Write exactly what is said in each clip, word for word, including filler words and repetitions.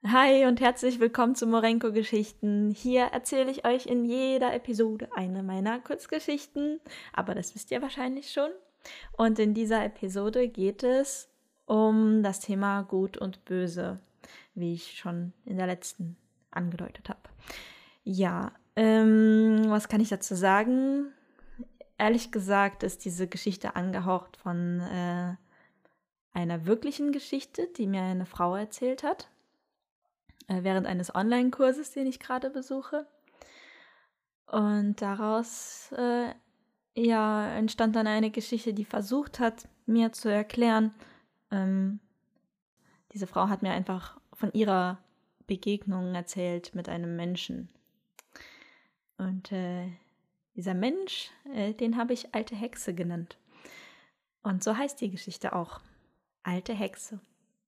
Hi und herzlich willkommen zu Morenko-Geschichten. Hier erzähle ich euch in jeder Episode eine meiner Kurzgeschichten, aber das wisst ihr wahrscheinlich schon. Und in dieser Episode geht es um das Thema Gut und Böse, wie ich schon in der letzten angedeutet habe. Ja, ähm, was kann ich dazu sagen? Ehrlich gesagt ist diese Geschichte angehaucht von äh, einer wirklichen Geschichte, die mir eine Frau erzählt hat, äh, während eines Online-Kurses, den ich gerade besuche. Und daraus äh, ja, entstand dann eine Geschichte, die versucht hat, mir zu erklären, ähm, diese Frau hat mir einfach von ihrer Begegnung erzählt mit einem Menschen. Und äh, dieser Mensch, äh, den habe ich Alte Hexe genannt. Und so heißt die Geschichte auch. Alte Hexe.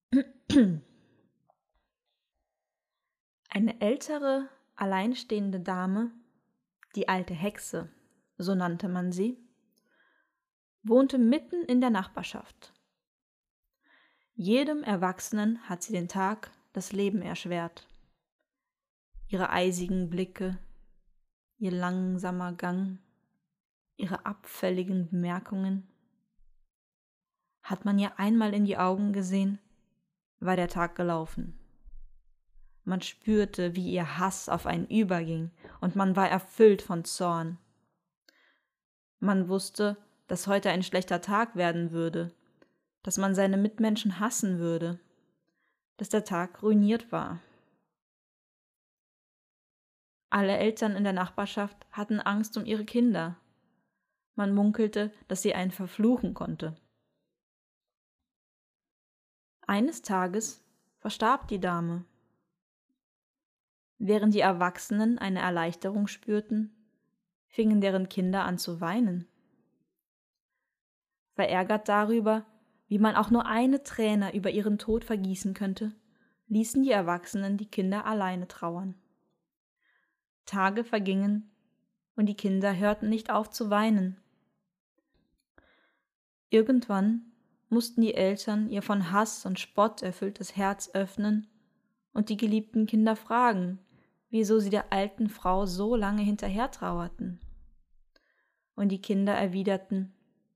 Eine ältere, alleinstehende Dame, die Alte Hexe, so nannte man sie, wohnte mitten in der Nachbarschaft. Jedem Erwachsenen hat sie den Tag das Leben erschwert. Ihre eisigen Blicke, ihr langsamer Gang, ihre abfälligen Bemerkungen. Hat man ihr einmal in die Augen gesehen, war der Tag gelaufen. Man spürte, wie ihr Hass auf einen überging, und man war erfüllt von Zorn. Man wusste, dass heute ein schlechter Tag werden würde, dass man seine Mitmenschen hassen würde, dass der Tag ruiniert war. Alle Eltern in der Nachbarschaft hatten Angst um ihre Kinder. Man munkelte, dass sie einen verfluchen konnte. Eines Tages verstarb die Dame. Während die Erwachsenen eine Erleichterung spürten, fingen deren Kinder an zu weinen. Verärgert darüber, wie man auch nur eine Träne über ihren Tod vergießen könnte, ließen die Erwachsenen die Kinder alleine trauern. Tage vergingen und die Kinder hörten nicht auf zu weinen. Irgendwann mussten die Eltern ihr von Hass und Spott erfülltes Herz öffnen und die geliebten Kinder fragen, wieso sie der alten Frau so lange hinterher trauerten. Und die Kinder erwiderten: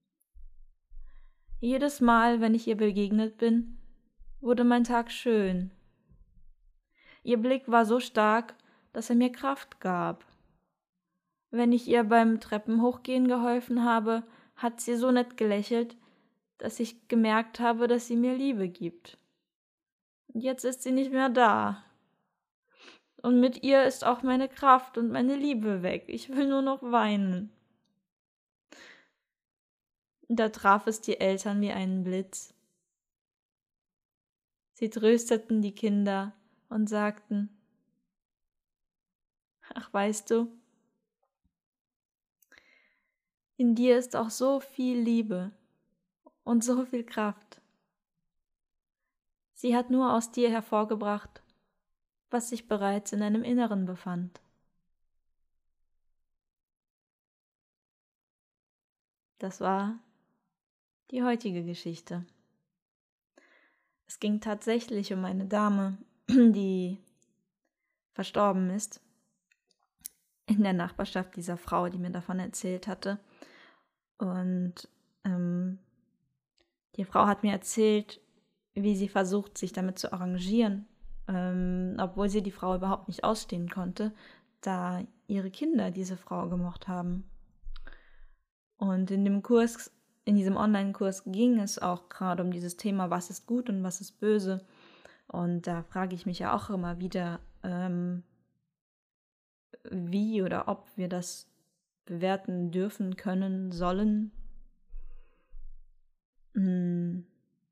Jedes Mal, wenn ich ihr begegnet bin, wurde mein Tag schön. Ihr Blick war so stark, dass er mir Kraft gab. Wenn ich ihr beim Treppenhochgehen geholfen habe, hat sie so nett gelächelt, dass ich gemerkt habe, dass sie mir Liebe gibt. Und jetzt ist sie nicht mehr da. Und mit ihr ist auch meine Kraft und meine Liebe weg. Ich will nur noch weinen. Und da traf es die Eltern wie einen Blitz. Sie trösteten die Kinder und sagten: Ach, weißt du, in dir ist auch so viel Liebe und so viel Kraft. Sie hat nur aus dir hervorgebracht, was sich bereits in deinem Inneren befand. Das war die heutige Geschichte. Es ging tatsächlich um eine Dame, die verstorben ist, in der Nachbarschaft dieser Frau, die mir davon erzählt hatte. Und ähm, die Frau hat mir erzählt, wie sie versucht, sich damit zu arrangieren, ähm, obwohl sie die Frau überhaupt nicht ausstehen konnte, da ihre Kinder diese Frau gemocht haben. Und in dem Kurs, in diesem Online-Kurs ging es auch gerade um dieses Thema, was ist gut und was ist böse. Und da frage ich mich ja auch immer wieder, ähm, wie oder ob wir das bewerten dürfen, können, sollen. Hm.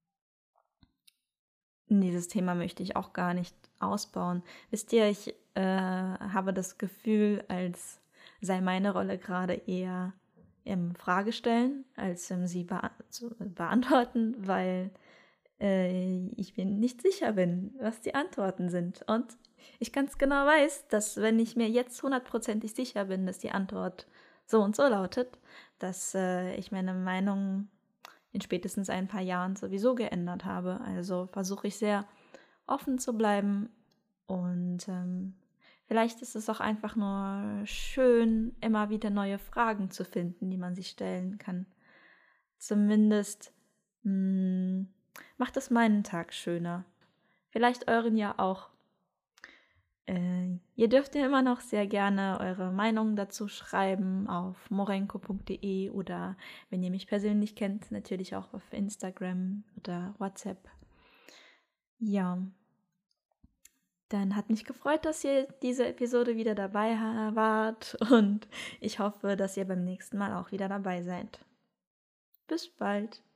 Dieses Thema möchte ich auch gar nicht ausbauen. Wisst ihr, ich äh, habe das Gefühl, als sei meine Rolle gerade eher im Fragestellen, als im sie bea- zu beantworten, weil äh, ich mir nicht sicher bin, was die Antworten sind. Und ich ganz genau weiß, dass wenn ich mir jetzt hundertprozentig sicher bin, dass die Antwort so und so lautet, dass äh, ich meine Meinung in spätestens ein paar Jahren sowieso geändert habe. Also versuche ich sehr offen zu bleiben Und ähm, vielleicht ist es auch einfach nur schön, immer wieder neue Fragen zu finden, die man sich stellen kann. Zumindest mh, macht es meinen Tag schöner. Vielleicht euren ja auch. Äh, ihr dürft ja immer noch sehr gerne eure Meinung dazu schreiben auf morenko punkt de oder, wenn ihr mich persönlich kennt, natürlich auch auf Instagram oder WhatsApp. Ja, dann hat mich gefreut, dass ihr diese Episode wieder dabei wart und ich hoffe, dass ihr beim nächsten Mal auch wieder dabei seid. Bis bald.